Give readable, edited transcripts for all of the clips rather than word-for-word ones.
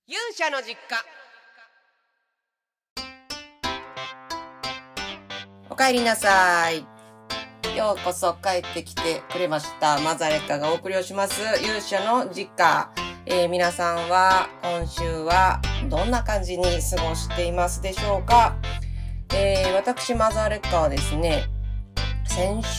勇者の実家。おかえりなさい。ようこそ帰ってきてくれました。マザレッカがお送りをします勇者の実家。皆さんは今週はどんな感じに過ごしていますでしょうか。私マザレッカはですね、先々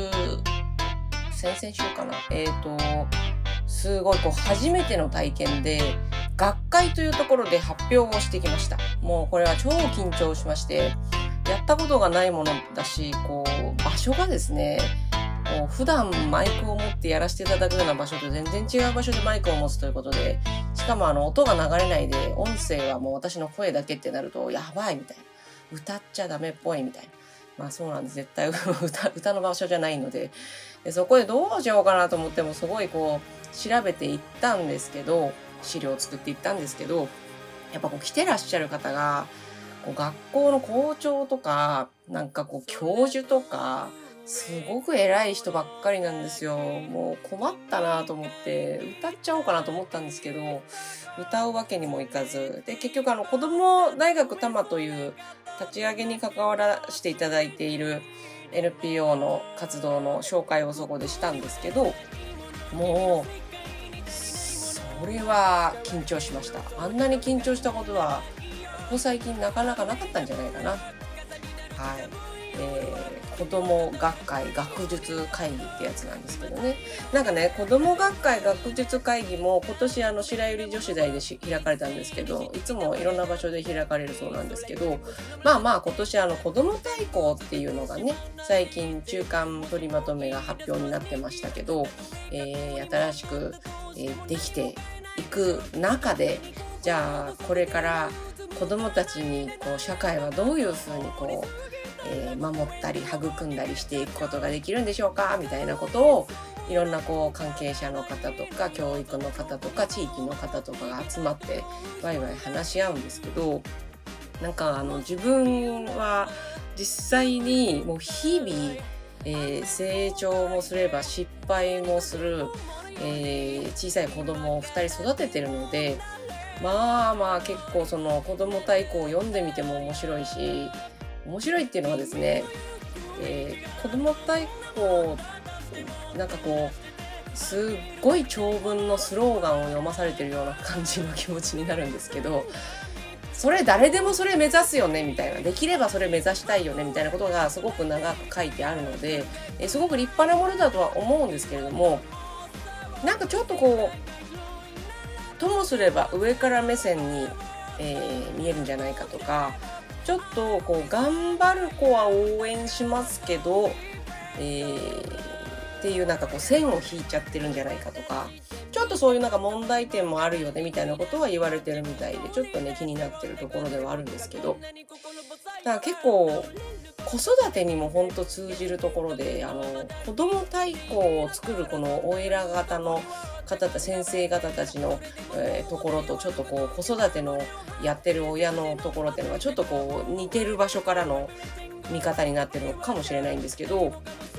週かな。すごい初めての体験で、学会というところで発表をしてきました。もうこれは超緊張しまして、やったことがないものだし、場所がですね、普段マイクを持ってやらせていただくような場所と全然違う場所でマイクを持つということで、しかも音が流れないで、音声はもう私の声だけってなると、やばいみたいな。歌っちゃダメっぽいみたいな。まあそうなんです。絶対歌の場所じゃないので。そこでどうしようかなと思っても、すごい調べていったんですけど、資料を作っていったんですけど、やっぱ来てらっしゃる方が、学校の校長とか、教授とか、すごく偉い人ばっかりなんですよ。もう困ったなと思って、歌っちゃおうかなと思ったんですけど、歌うわけにもいかず。で、結局子供大学多摩という立ち上げに関わらせていただいている NPO の活動の紹介をそこでしたんですけど、もう、それは緊張しました。あんなに緊張したことは、ここ最近なかなかなかったんじゃないかな。はい。子供学会学術会議ってやつなんですけどね。子供学会学術会議も今年白百合女子大で開かれたんですけど、いつもいろんな場所で開かれるそうなんですけど、まあ今年子供大綱っていうのがね、最近中間取りまとめが発表になってましたけど、新しく、できていく中で、じゃあこれから子供たちに社会はどういうふうに守ったり育んだりしていくことができるんでしょうかみたいなことをいろんな関係者の方とか教育の方とか地域の方とかが集まってワイワイ話し合うんですけど、自分は実際にもう日々、成長もすれば失敗もする、小さい子供を2人育ててるので、まあ結構その子供大綱を読んでみても面白いし、面白いっていうのはですね、子供大綱すっごい長文のスローガンを読まされてるような感じの気持ちになるんですけど、それ誰でもそれ目指すよねみたいな、できればそれ目指したいよねみたいなことがすごく長く書いてあるので、すごく立派なものだとは思うんですけれども、ちょっとともすれば上から目線に、見えるんじゃないかとか、ちょっと頑張る子は応援しますけど、っていう線を引いちゃってるんじゃないかとか、ちょっとそういう問題点もあるよねみたいなことは言われてるみたいで、ちょっとね気になってるところではあるんですけど、だから結構子育てにも本当通じるところで、子供大綱を作るこのお偉方の先生方たちの、ところとちょっと子育てのやってる親のところっていうのはちょっと似てる場所からの見方になってるのかもしれないんですけど、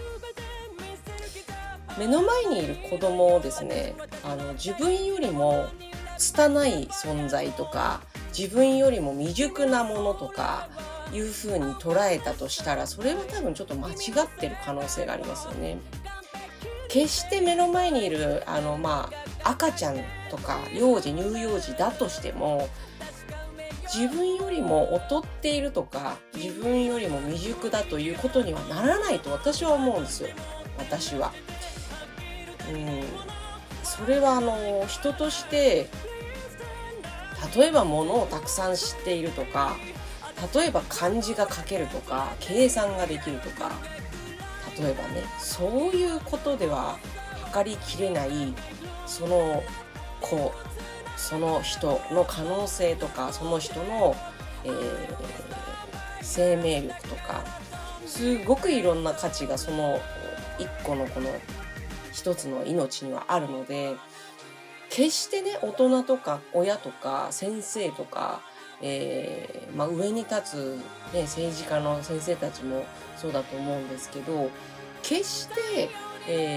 目の前にいる子供をですね、自分よりも拙い存在とか、自分よりも未熟なものとかいう風に捉えたとしたら、それは多分ちょっと間違ってる可能性がありますよね。決して目の前にいる赤ちゃんとか幼児乳幼児だとしても、自分よりも劣っているとか自分よりも未熟だということにはならないと私は思うんですよ。私はそれは人として例えば物をたくさん知っているとか、例えば漢字が書けるとか計算ができるとか、例えばね、そういうことでは測りきれないその子、その人の可能性とか、その人の、生命力とか、すごくいろんな価値がその一個のこの一つの命にはあるので、決してね大人とか親とか先生とか、上に立つ、ね、政治家の先生たちもそうだと思うんですけど、決して、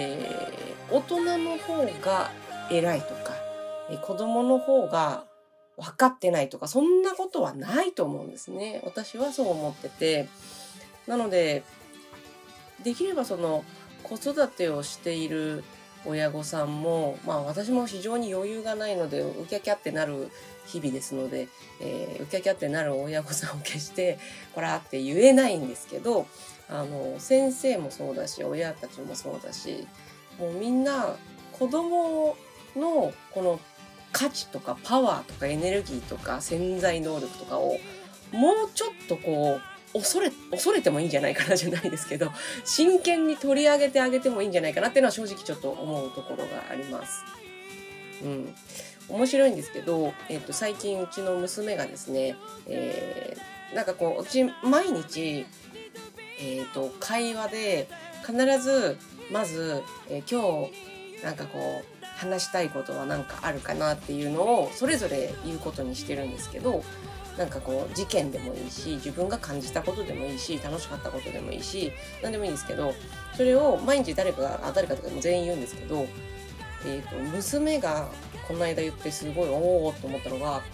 大人の方が偉いとか、子供の方が分かってないとか、そんなことはないと思うんですね。私はそう思ってて。なので、できればその子育てをしている親御さんも、私も非常に余裕がないので、ウキャキャってなる日々ですので、ウキャキャってなる親御さんを決して、こらって言えないんですけど、先生もそうだし、親たちもそうだし、もうみんな子供のこの価値とかパワーとかエネルギーとか潜在能力とかをもうちょっと恐れてもいいんじゃないかなじゃないですけど、真剣に取り上げてあげてもいいんじゃないかなっていうのは正直ちょっと思うところがあります。面白いんですけど、最近うちの娘がですね、うち毎日、会話で必ずまず、今日話したいことは何かあるかなっていうのをそれぞれ言うことにしてるんですけど、事件でもいいし、自分が感じたことでもいいし、楽しかったことでもいいし、何でもいいんですけど、それを毎日誰かとかも全員言うんですけど、娘がこの間言ってすごいおーと思ったのが、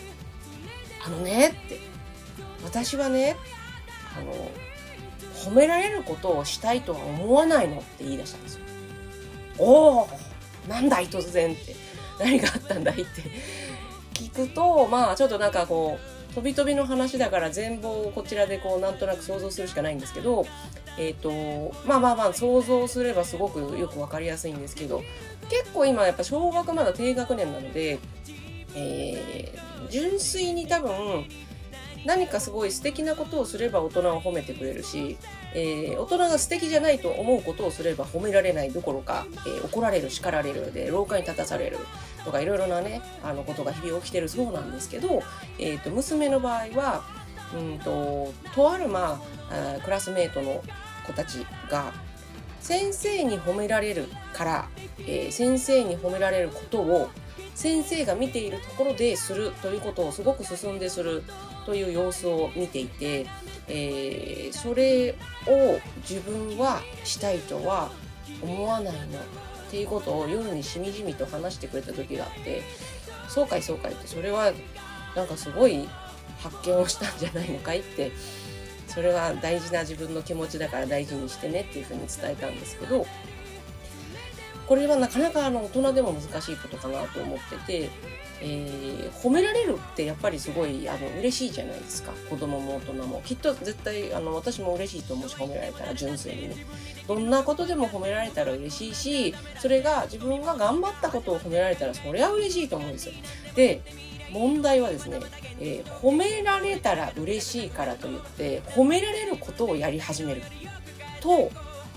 って私はね、褒められることをしたいとは思わないのって言い出したんですよ。おー、なんだい突然って、何があったんだいって聞くと、ちょっと飛び飛びの話だから全貌をこちらでなんとなく想像するしかないんですけど、想像すればすごくよくわかりやすいんですけど、結構今やっぱ小学まだ低学年なので、純粋に多分何かすごい素敵なことをすれば大人は褒めてくれるし、大人が素敵じゃないと思うことをすれば褒められないどころか、怒られる、叱られる、で廊下に立たされるとかいろいろなねことが日々起きてるそうなんですけど、娘の場合はとあるクラスメートの子たちが先生に褒められるから、先生に褒められることを先生が見ているところでするということをすごく進んでするという様子を見ていて、それを自分はしたいとは思わないのっていうことを夜にしみじみと話してくれた時があって、そうかいって、それはすごい発見をしたんじゃないのかいって、それは大事な自分の気持ちだから大事にしてねっていうふうに伝えたんですけど、これはなかなか大人でも難しいことかなと思ってて、褒められるってやっぱりすごい嬉しいじゃないですか。子供も大人もきっと絶対私も嬉しいと思うし、褒められたら純粋にね、どんなことでも褒められたら嬉しいし、それが自分が頑張ったことを褒められたらそれは嬉しいと思うんですよ。で、問題はですね、褒められたら嬉しいからといって褒められることをやり始めると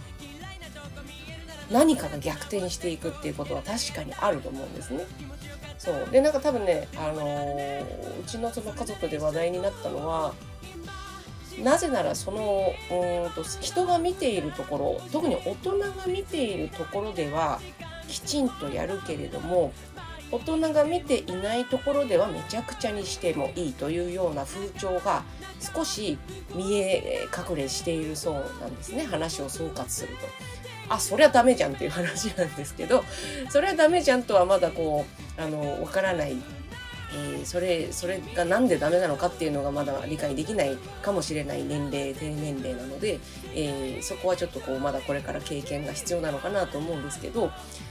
何かが逆転していくっていうことは確かにあると思うんですね。そうで、多分ね、うちのその家族で話題になったのは、なぜならその人が見ているところ、特に大人が見ているところではきちんとやるけれども、大人が見ていないところではめちゃくちゃにしてもいいというような風潮が少し見え隠れしているそうなんですね。話を総括すると、それはダメじゃんっていう話なんですけど、それはダメじゃんとはまだわからない、それがなんでダメなのかっていうのがまだ理解できないかもしれない低年齢なので、そこはちょっとまだこれから経験が必要なのかなと思うんですけど、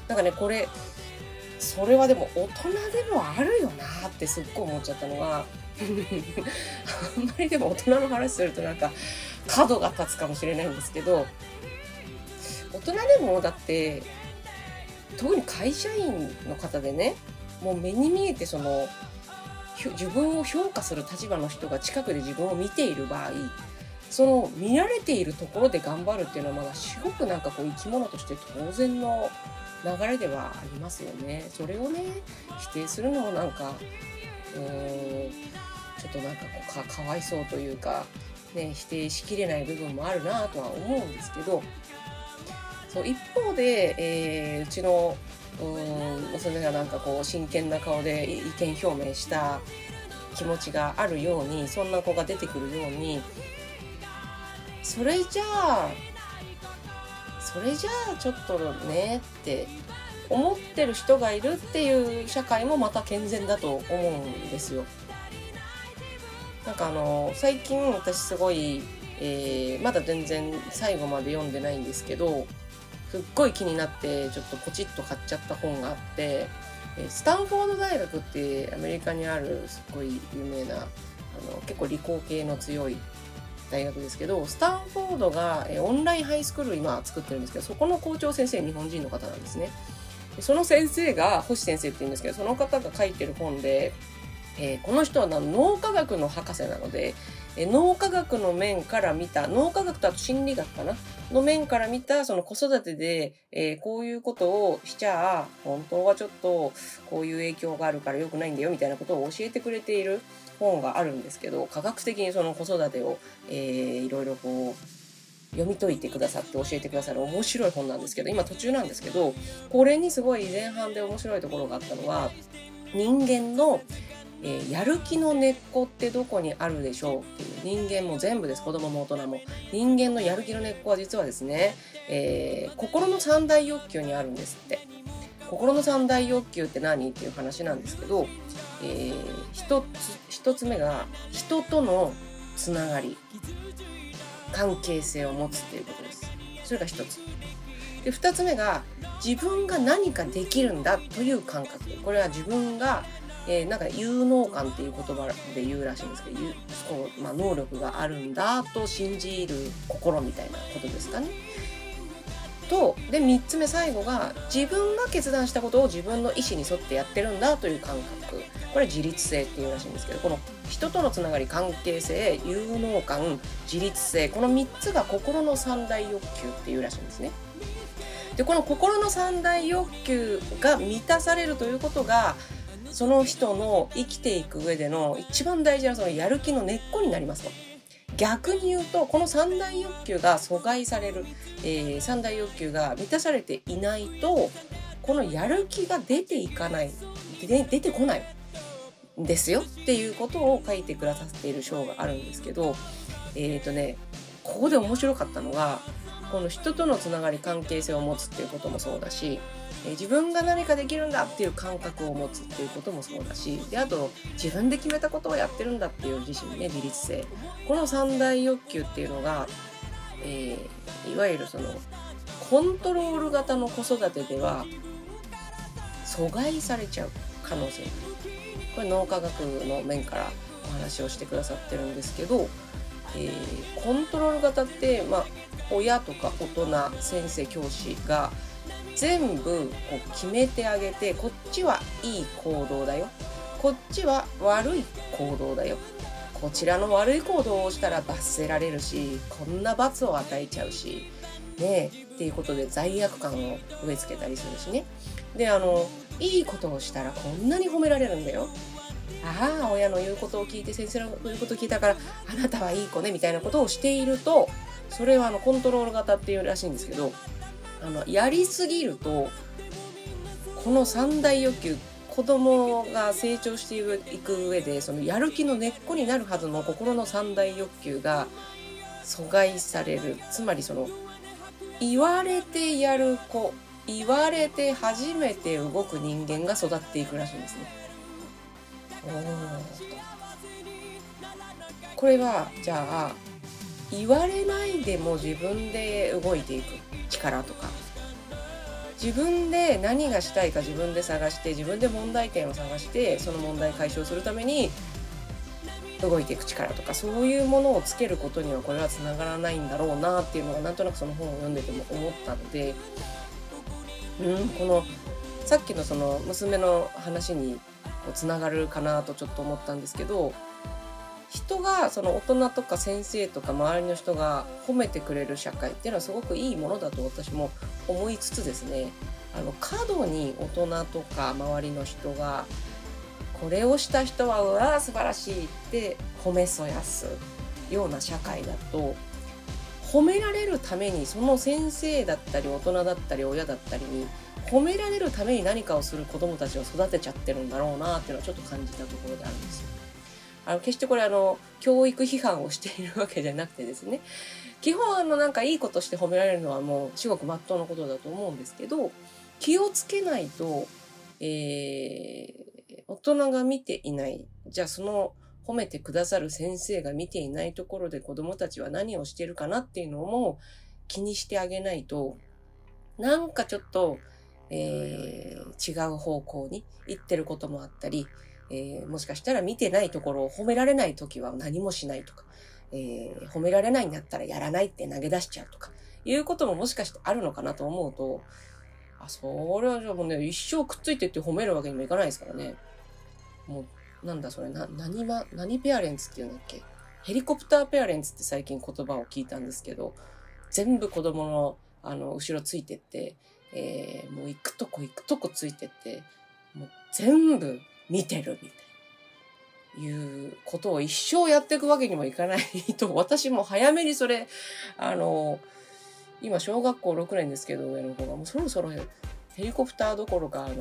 それはでも大人でもあるよなってすっごい思っちゃったのがあんまりでも大人の話すると角が立つかもしれないんですけど、大人でもだって特に会社員の方でね、もう目に見えて自分を評価する立場の人が近くで自分を見ている場合、その見られているところで頑張るっていうのはまだすごく生き物として当然の流れではありますよね。それをね否定するのもちょっとかわいそうというかね、否定しきれない部分もあるなとは思うんですけど、そう一方で、うちの娘が真剣な顔で意見表明した気持ちがあるように、そんな子が出てくるように、それじゃあちょっとねって思ってる人がいるっていう社会もまた健全だと思うんですよ。なんか最近私すごい、まだ全然最後まで読んでないんですけど、すっごい気になってちょっとポチッと買っちゃった本があって、スタンフォード大学ってアメリカにあるすっごい有名な結構理工系の強い大学ですけど、スタンフォードがオンラインハイスクール今作ってるんですけど、そこの校長先生日本人の方なんですね。その先生が星先生って言うんですけど、その方が書いてる本で、この人は脳科学の博士なので、脳科学の面から見た、脳科学とあと心理学かなの面から見たその子育てで、こういうことをしちゃ本当はちょっとこういう影響があるから良くないんだよみたいなことを教えてくれている本があるんですけど、科学的にその子育てを、いろいろこう読み解いてくださって教えてくださる面白い本なんですけど、今途中なんですけど、これにすごい前半で面白いところがあったのは、人間のやる気の根っこってどこにあるでしょうっていう、人間も全部です、子供も大人も。人間のやる気の根っこは実はですね、心の三大欲求にあるんですって。心の三大欲求って何っていう話なんですけど、一つ目が人とのつながり、関係性を持つっていうことです。それが一つ。で、二つ目が自分が何かできるんだという感覚。これは自分がなんか有能感っていう言葉で言うらしいんですけど、能力があるんだと信じる心みたいなことですかね。で3つ目最後が自分が決断したことを自分の意思に沿ってやってるんだという感覚。これ自律性っていうらしいんですけど、この人とのつながり、関係性、有能感、自律性、この3つが心の三大欲求っていうらしいんですね。でこの心の三大欲求が満たされるということが、その人の生きていく上での一番大事なそのやる気の根っこになりますと。逆に言うと、この三大欲求が阻害される、三大欲求が満たされていないと、このやる気が出ていかない、出てこないんですよっていうことを書いてくださっている章があるんですけど、ここで面白かったのが、この人とのつながり、関係性を持つっていうこともそうだし、自分が何かできるんだっていう感覚を持つっていうこともそうだし、であと自分で決めたことをやってるんだっていう自身ね、自律性、この三大欲求っていうのが、いわゆるそのコントロール型の子育てでは阻害されちゃう可能性がある。これ脳科学の面からお話をしてくださってるんですけど、コントロール型って、親とか大人、先生、教師が全部こう決めてあげて、こっちはいい行動だよ、こっちは悪い行動だよ、こちらの悪い行動をしたら罰せられるし、こんな罰を与えちゃうしねっていうことで罪悪感を植え付けたりするしね。でいいことをしたらこんなに褒められるんだよ、ああ親の言うことを聞いて、先生の言うことを聞いたからあなたはいい子ねみたいなことをしていると、それはコントロール型っていうらしいんですけど、やりすぎるとこの三大欲求、子供が成長していく上でそのやる気の根っこになるはずの心の三大欲求が阻害される。つまりその言われてやる子、言われて初めて動く人間が育っていくらしいんですね。これはじゃあ言われないでも自分で動いていく力とか、自分で何がしたいか自分で探して、自分で問題点を探してその問題解消するために動いていく力とか、そういうものをつけることにはこれはつながらないんだろうなっていうのがなんとなくその本を読んでても思ったので、このさっきのその娘の話につながるかなとちょっと思ったんですけど、人がその大人とか先生とか周りの人が褒めてくれる社会っていうのはすごくいいものだと私も思いつつですね、過度に大人とか周りの人がこれをした人はうわー素晴らしいって褒めそやすような社会だと、褒められるためにその先生だったり大人だったり親だったりに褒められるために何かをする子どもたちを育てちゃってるんだろうなっていうのはちょっと感じたところであるんですよ。決してこれ教育批判をしているわけじゃなくてですね、基本なんかいいことして褒められるのはもう至極真っ当なことだと思うんですけど、 気をつけないと、大人が見ていない。じゃあその褒めてくださる先生が見ていないところで子供たちは何をしてるかなっていうのも気にしてあげないと、なんかちょっと、違う方向に行ってることもあったり、もしかしたら見てないところを褒められないときは何もしないとか、褒められないんだったらやらないって投げ出しちゃうとか、いうことももしかしてあるのかなと思うと、それはじゃあもうね、一生くっついてって褒めるわけにもいかないですからね。もう、なんだそれ、何ペアレンツっていうんだっけ？ヘリコプターペアレンツって最近言葉を聞いたんですけど、全部子供の、後ろついてって、もう行くとこついてって、もう全部見てるみたいな、いうことを一生やっていくわけにもいかないと、私も早めにそれ、今小学校6年ですけど、上の子がもうそろそろヘリコプターどころか、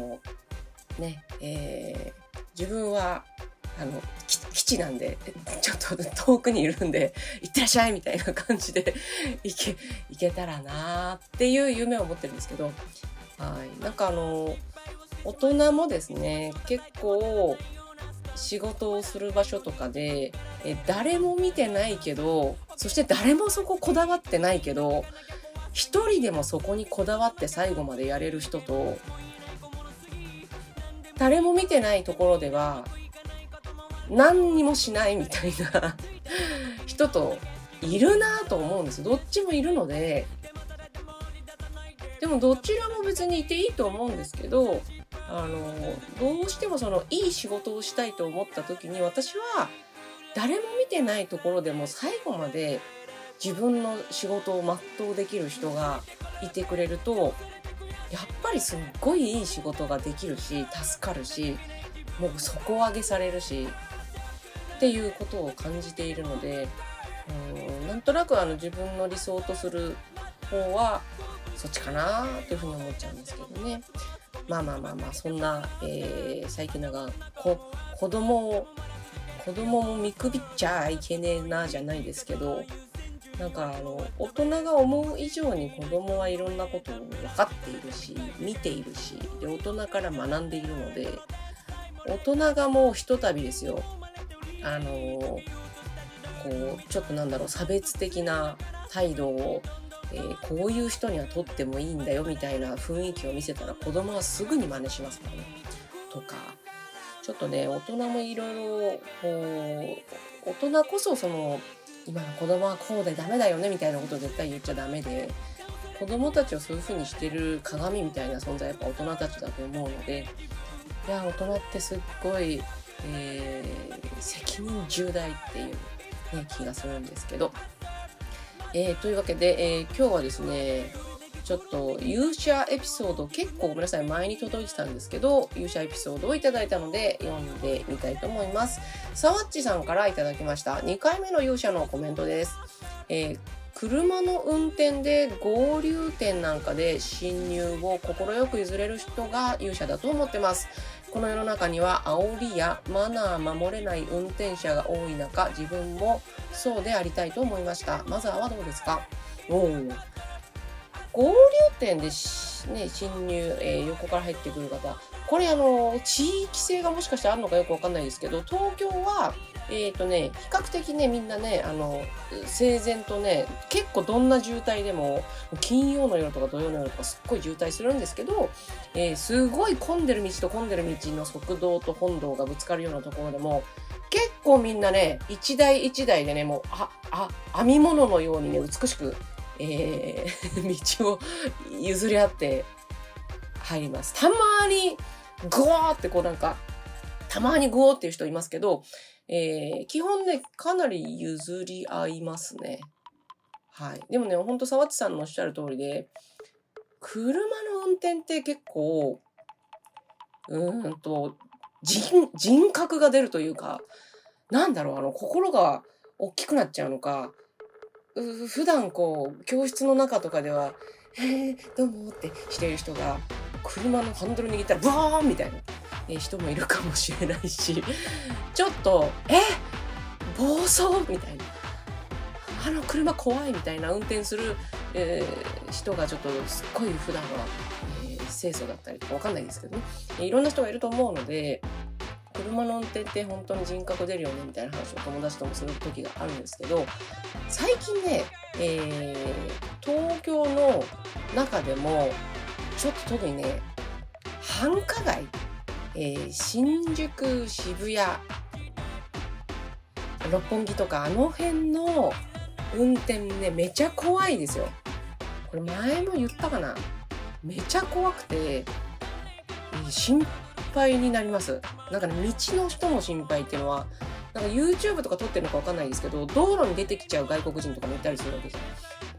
自分は、基地なんで、ちょっと遠くにいるんで、行ってらっしゃいみたいな感じで行けたらなーっていう夢を持ってるんですけど、はい。なんか大人もですね、結構仕事をする場所とかで、誰も見てないけど、そして誰もそここだわってないけど、一人でもそこにこだわって最後までやれる人と、誰も見てないところでは何にもしないみたいな人といるなと思うんです。どっちもいるので、でもどちらも別にいていいと思うんですけど、どうしてもいい仕事をしたいと思った時に、私は誰も見てないところでも最後まで自分の仕事を全うできる人がいてくれると、やっぱりすっごいいい仕事ができるし、助かるし、もう底上げされるしっていうことを感じているので、なんとなく自分の理想とする方はそっちかなというふうに思っちゃうんですけどね。まあそんな、最近なんか子供も見くびっちゃいけねえなじゃないですけど、なんか大人が思う以上に子供はいろんなことを分かっているし、見ているし、で大人から学んでいるので、大人がもうひとたびですよ、ちょっと差別的な態度を、こういう人にはとってもいいんだよみたいな雰囲気を見せたら、子供はすぐに真似しますからね。とか、ちょっとね、大人もいろいろ大人こそ今の子供はこうでダメだよねみたいなことを絶対言っちゃダメで、子供たちをそういう風にしてる鏡みたいな存在はやっぱ大人たちだと思うので、いや大人ってすっごい、責任重大っていう、ね、気がするんですけど、というわけで、今日はですね、ちょっと勇者エピソード、結構ごめんなさい、前に届いてたんですけど、勇者エピソードをいただいたので読んでみたいと思います。さわっちさんからいただきました。2回目の勇者のコメントです。車の運転で合流点なんかで進入を快く譲れる人が勇者だと思ってます。この世の中には煽りやマナー守れない運転者が多い中、自分もそうでありたいと思いました。マザーはどうですか？合流点で、ね、進入、横から入ってくる方、これ地域性がもしかしてあるのかよくわかんないですけど、東京は比較的ね、みんなね、整然とね、結構どんな渋滞でも、金曜の夜とか土曜の夜とかすっごい渋滞するんですけど、すごい混んでる道と混んでる道の側道と本道がぶつかるようなところでも、結構みんなね、一台一台でね、もう、編み物のようにね、美しく、道を譲り合って入ります。たまに、ゴーってたまにゴーっていう人いますけど、基本ね、かなり譲り合いますね。はい。でもね、ほんと沢地さんのおっしゃる通りで、車の運転って結構、人格が出るというか、心が大きくなっちゃうのか、普段教室の中とかでは、どうもってしている人が、車のハンドル握ったら、ブワーンみたいな、人もいるかもしれないし、ちょっと、暴走みたいな。車怖いみたいな運転する、人がちょっとすっごい普段は、 清楚だったりとかわかんないですけどね、いろんな人がいると思うので、車の運転って本当に人格出るよねみたいな話を友達ともする時があるんですけど、最近ね、東京の中でもちょっと特にね、繁華街、新宿、渋谷、六本木とかあの辺の運転ね、めちゃ怖いですよ。これ前も言ったかな。めちゃ怖くて心配になります。なんかね、道の人の心配っていうのは、なんか YouTube とか撮ってるのかわかんないですけど、道路に出てきちゃう外国人とかもいたりするわけですよ。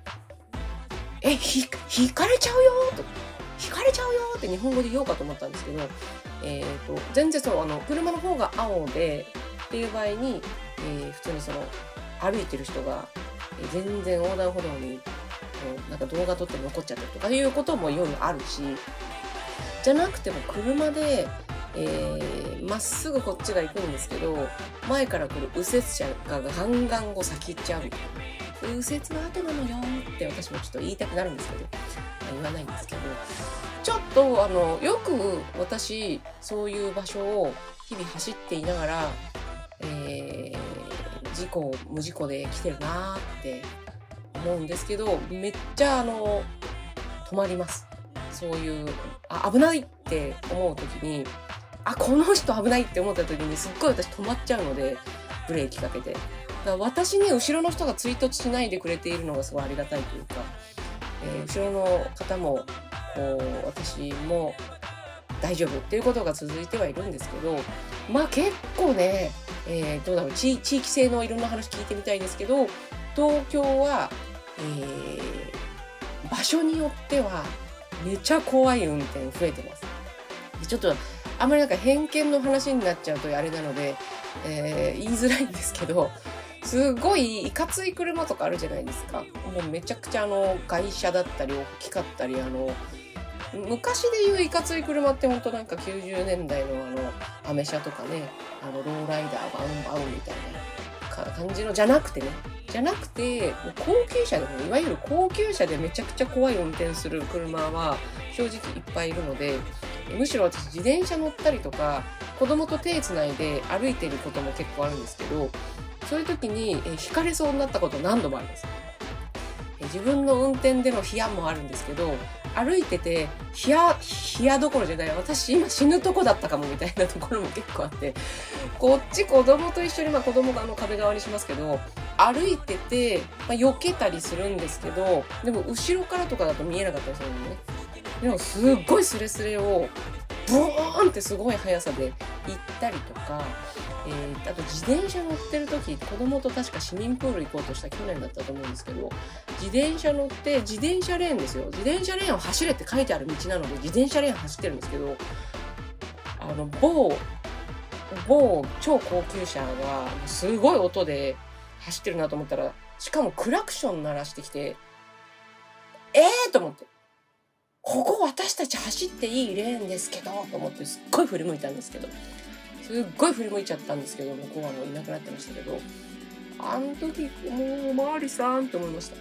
引かれちゃうよと、引かれちゃうよって日本語で言おうかと思ったんですけど、全然車の方が青でっていう場合に、普通に歩いてる人が、全然横断歩道になんか動画撮って残っちゃったりとかいうことも夜あるし、じゃなくても車でまっすぐこっちが行くんですけど、前から来る右折車がガンガン先行っちゃうみたいな。右折の後なのよって私もちょっと言いたくなるんですけど、言わないんですけど、ちょっとよく私そういう場所を日々走っていながら、無事故で来てるなーって思うんですけど、めっちゃ止まります。そういう危ないって思う時に、この人危ないって思った時にすっごい私止まっちゃうので、ブレーキかけて。だから私に後ろの人が追突しないでくれているのがすごいありがたいというか、後ろの方も私も大丈夫っていうことが続いてはいるんですけど、結構ね、どうだろう、地域性のいろんな話聞いてみたいですけど、東京は、場所によってはめちゃ怖い運転増えてます。ちょっとあんまりなんか偏見の話になっちゃうとあれなので、言いづらいんですけど、すごいいかつい車とかあるじゃないですか。もうめちゃくちゃ外車だったり大きかったり、昔でいういかつい車って本当なんか90年代のアメ車とかね、ローライダーバウンバウンみたいな感じのじゃなくて、高級車でも、いわゆる高級車でめちゃくちゃ怖い運転する車は正直いっぱいいるので、むしろ私自転車乗ったりとか、子供と手つないで歩いてることも結構あるんですけど、そういう時に引かれそうになったこと何度もあります。自分の運転でのヒヤもあるんですけど、歩いててヒヤどころじゃない、私今死ぬとこだったかもみたいなところも結構あって、こっち子供と一緒に、子供が壁側にしますけど、歩いてて、避けたりするんですけど、でも後ろからとかだと見えなかったりするのね。でもすっごいスレスレをブーンってすごい速さで行ったりとか、あと自転車乗ってる時、子供と確か市民プール行こうとした去年だったと思うんですけど、自転車乗って自転車レーンですよ。自転車レーンを走れって書いてある道なので自転車レーン走ってるんですけど、某超高級車がすごい音で走ってるなと思ったら、しかもクラクション鳴らしてきて、と思って、ここ私たち走っていいレーンですけどと思ってすっごい振り向いたんですけど、すっごい振り向いちゃったんですけど、向こうはもういなくなってましたけど、あの時もうおまわりさんって思いました。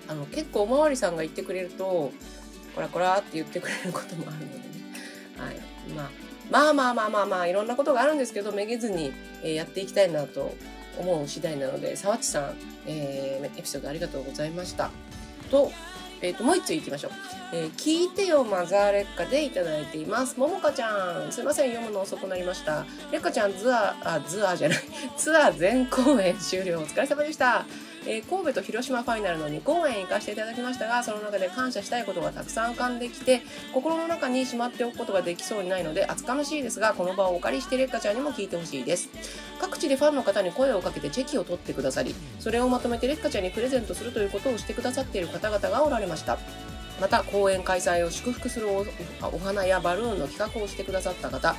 結構おまわりさんが言ってくれると、こらこらって言ってくれることもあるのでね。はい。まあいろんなことがあるんですけど、めげずにやっていきたいなと思う次第なので、さわちさん、エピソードありがとうございました。と、もう一ついきましょう。聞いてよマザー劣化でいただいています。ももかちゃん、すいません、読むの遅くなりました。劣化ちゃん、ツアー全公演終了、お疲れ様でした。神戸と広島ファイナルの2公演行かせていただきましたが、その中で感謝したいことがたくさん浮かんできて、心の中にしまっておくことができそうにないので厚かましいですが、この場をお借りして劣化ちゃんにも聞いてほしいです。各地でファンの方に声をかけてチェキを取ってくださり、それをまとめて劣化ちゃんにプレゼントするということをしてくださっている方々がおられました。また公演開催を祝福する お花やバルーンの企画をしてくださった方、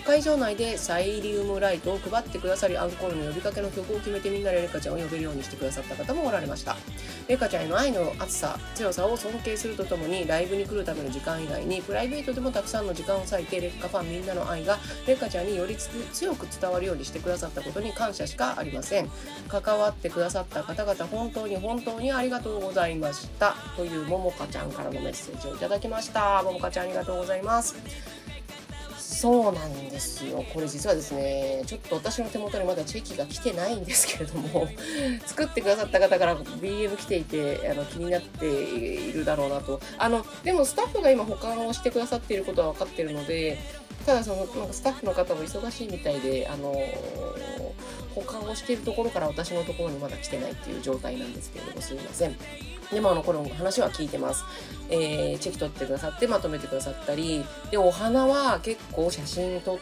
会場内でサイリウムライトを配ってくださり、アンコールの呼びかけの曲を決めてみんなでレカちゃんを呼べるようにしてくださった方もおられました。レカちゃんへの愛の熱さ、強さを尊敬するとともに、ライブに来るための時間以外にプライベートでもたくさんの時間を割いてレッカファンみんなの愛がレカちゃんにより強く伝わるようにしてくださったことに感謝しかありません。関わってくださった方々本当にありがとうございましたというももかちゃんからのメッセージをいただきました。ももかちゃんありがとうございます。そうなんですよ。これ実はですね、ちょっと私の手元にまだチェキが来てないんですけれども、作ってくださった方から DM 来ていて、気になっているだろうなと。でもスタッフが今保管をしてくださっていることは分かっているので、ただなんかスタッフの方も忙しいみたいで、保管をしているところから私のところにまだ来てないっていう状態なんですけれども、すいません。でもこの話は聞いてます。チェキ取ってくださってまとめてくださったり、で、お花は結構写真撮って、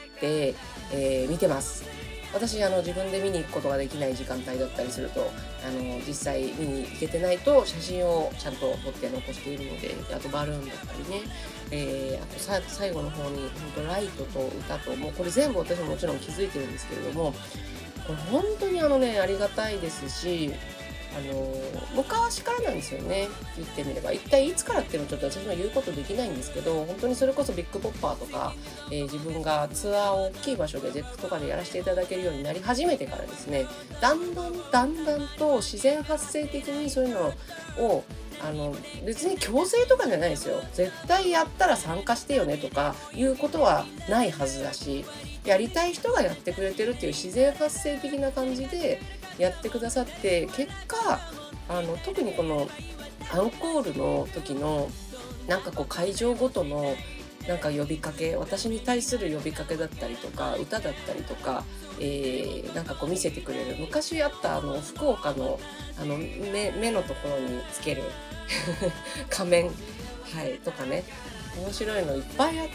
見てます。私、自分で見に行くことができない時間帯だったりすると、実際見に行けてないと写真をちゃんと撮って残しているので、あとバルーンだったりね、あと最後の方に、本当ライトと歌と、もうこれ全部私ももちろん気づいてるんですけれども、これ本当にありがたいですし、昔からなんですよね、言ってみれば。一体いつからっていうのはちょっと私も言うことできないんですけど、本当にそれこそビッグポッパーとか、自分がツアーを大きい場所で ZEP とかでやらせていただけるようになり始めてからですね、だんだんと自然発生的にそういうのを別に強制とかじゃないですよ。絶対やったら参加してよねとかいうことはないはずだし、やりたい人がやってくれてるっていう自然発生的な感じでやってくださって、結果特にこのアンコールの時のなんかこう会場ごとのなんか呼びかけ、私に対する呼びかけだったりとか歌だったりとか、なんかこう見せてくれる、昔あった福岡の目のところにつける仮面、とかね、面白いのいっぱいあって、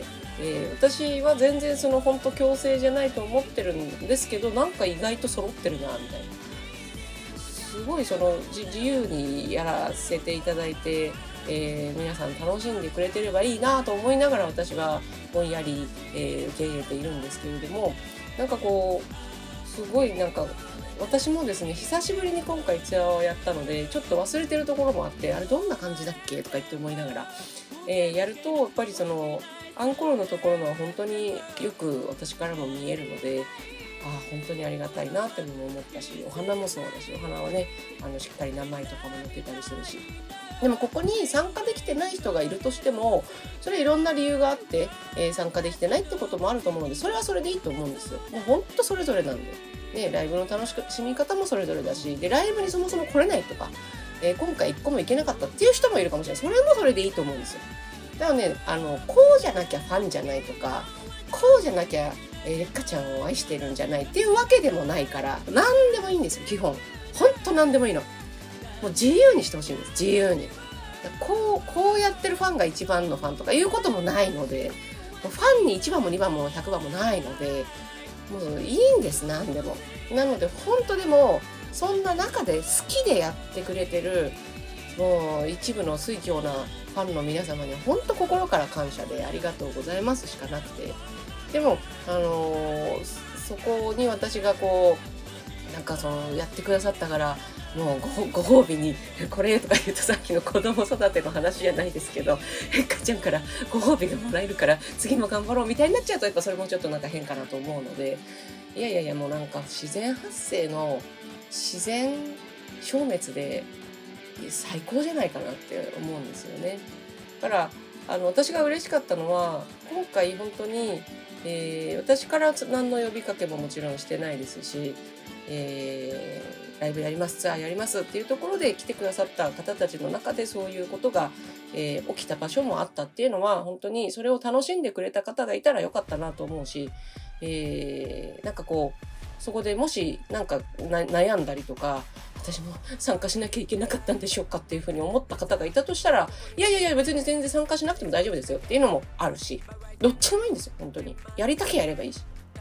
私は全然本当強制じゃないと思ってるんですけど、なんか意外と揃ってるなみたいな、すごい自由にやらせていただいて、皆さん楽しんでくれてればいいなと思いながら私はぼんやり、受け入れているんですけれども、なんかこうすごいなんか私もですね、久しぶりに今回ツアーをやったのでちょっと忘れてるところもあって、あれどんな感じだっけとか言って思いながら、やるとやっぱりアンコールのところのは本当によく私からも見えるので、本当にありがたいなっていうのも思ったし、お花もそうだし、お花はねしっかり名前とかも載ってたりするし、でもここに参加できてない人がいるとしても、それいろんな理由があって、参加できてないってこともあると思うので、それはそれでいいと思うんですよ。もう本当それぞれなんで、ライブの楽しみ方もそれぞれだし、でライブにそもそも来れないとか、今回1個も行けなかったっていう人もいるかもしれない。それもそれでいいと思うんですよ。だからね、こうじゃなきゃファンじゃないとか、こうじゃなきゃ、レッカちゃんを愛してるんじゃないっていうわけでもないから、何でもいいんですよ、基本。ほんと何でもいいの。もう自由にしてほしいんです、自由に。こうやってるファンが一番のファンとかいうこともないので、ファンに1番も2番も100番もないので、もういいんです、何でも。なので本当でも、そんな中で好きでやってくれてる、もう一部の水教なファンの皆様には本当心から感謝でありがとうございますしかなくて、でもそこに私がこうなんかやってくださったから、もうご褒美にこれとか言うと、さっきの子供育ての話じゃないですけど、へっかちゃんからご褒美がもらえるから次も頑張ろうみたいになっちゃうと、やっぱそれもちょっとなんか変かなと思うので、いやもうなんか自然発生の自然消滅で最高じゃないかなって思うんですよね。だから私が嬉しかったのは、今回本当に、私から何の呼びかけももちろんしてないですし、ライブやります、ツアーやりますっていうところで来てくださった方たちの中でそういうことが、起きた場所もあったっていうのは、本当にそれを楽しんでくれた方がいたらよかったなと思うし、なんかこうそこでもしなんか悩んだりとか、私も参加しなきゃいけなかったんでしょうかっていうふうに思った方がいたとしたら、いや別に全然参加しなくても大丈夫ですよっていうのもあるし、どっちでもいいんですよ、本当に。やりたきゃやればいいし。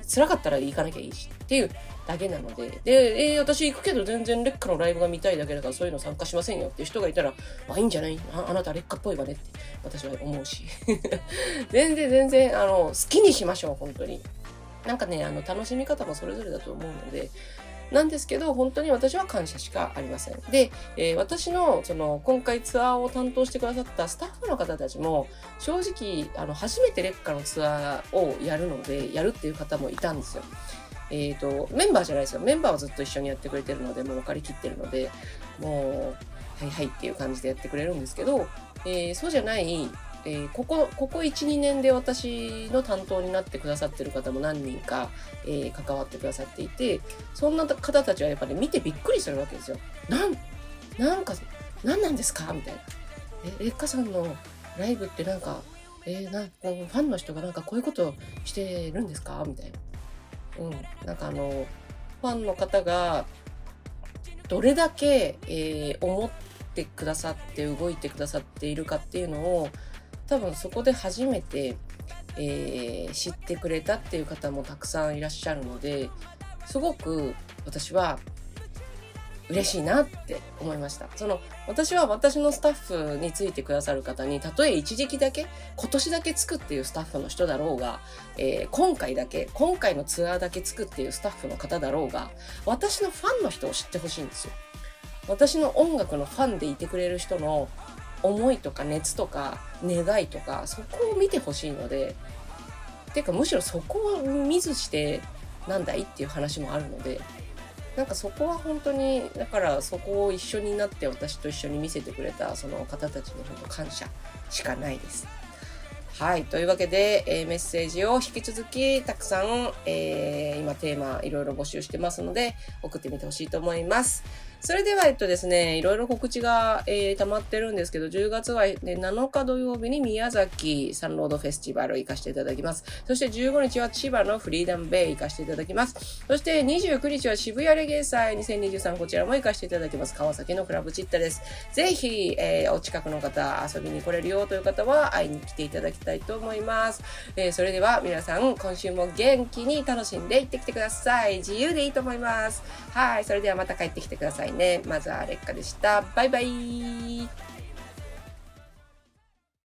辛かったら行かなきゃいいしっていうだけなので、で、私行くけど全然劣化のライブが見たいだけだからそういうの参加しませんよっていう人がいたら、いいんじゃない？あなた劣化っぽいわねって私は思うし。全然、好きにしましょう、本当に。なんかね、楽しみ方もそれぞれだと思うので、なんですけど、本当に私は感謝しかありません。で、私の、今回ツアーを担当してくださったスタッフの方たちも、正直、初めて劣化のツアーをやるので、やるっていう方もいたんですよ。メンバーじゃないですよ。メンバーはずっと一緒にやってくれてるので、もう分かりきってるので、もう、はいはいっていう感じでやってくれるんですけど、そうじゃない、ここ1、2年で私の担当になってくださってる方も何人か、関わってくださっていて、そんな方たちはやっぱり見てびっくりするわけですよ。何なんですかみたいな。劣化さんのライブってなんか、ファンの人がなんかこういうことしてるんですかみたいな。なんかファンの方がどれだけ、思ってくださって動いてくださっているかっていうのを多分そこで初めて、知ってくれたっていう方もたくさんいらっしゃるので、すごく私は嬉しいなって思いました。私は私のスタッフについてくださる方に、たとえ一時期だけ、今年だけつくっていうスタッフの人だろうが、今回のツアーだけつくっていうスタッフの方だろうが、私のファンの人を知ってほしいんですよ。私の音楽のファンでいてくれる人の思いとか熱とか願いとか、そこを見てほしいので、てかむしろそこを見ずしてなんだいっていう話もあるので、なんかそこは本当に、だからそこを一緒になって私と一緒に見せてくれたその方たちに本当感謝しかないです。はい。というわけで、メッセージを引き続きたくさん、今テーマいろいろ募集してますので送ってみてほしいと思います。それではですね、いろいろ告知が、溜まってるんですけど、10月は、ね、7日土曜日に宮崎サンロードフェスティバル行かせていただきます。そして15日は千葉のフリーダムベイ行かせていただきます。そして29日は渋谷レゲエ祭2023、こちらも行かせていただきます。川崎のクラブチッタです。ぜひ、お近くの方、遊びに来れるよという方は会いに来ていただきたいと思います。それでは皆さん、今週も元気に楽しんでいってきてください。自由でいいと思います。はい。それではまた帰ってきてくださいね。まずは劣化でした。バイバイ。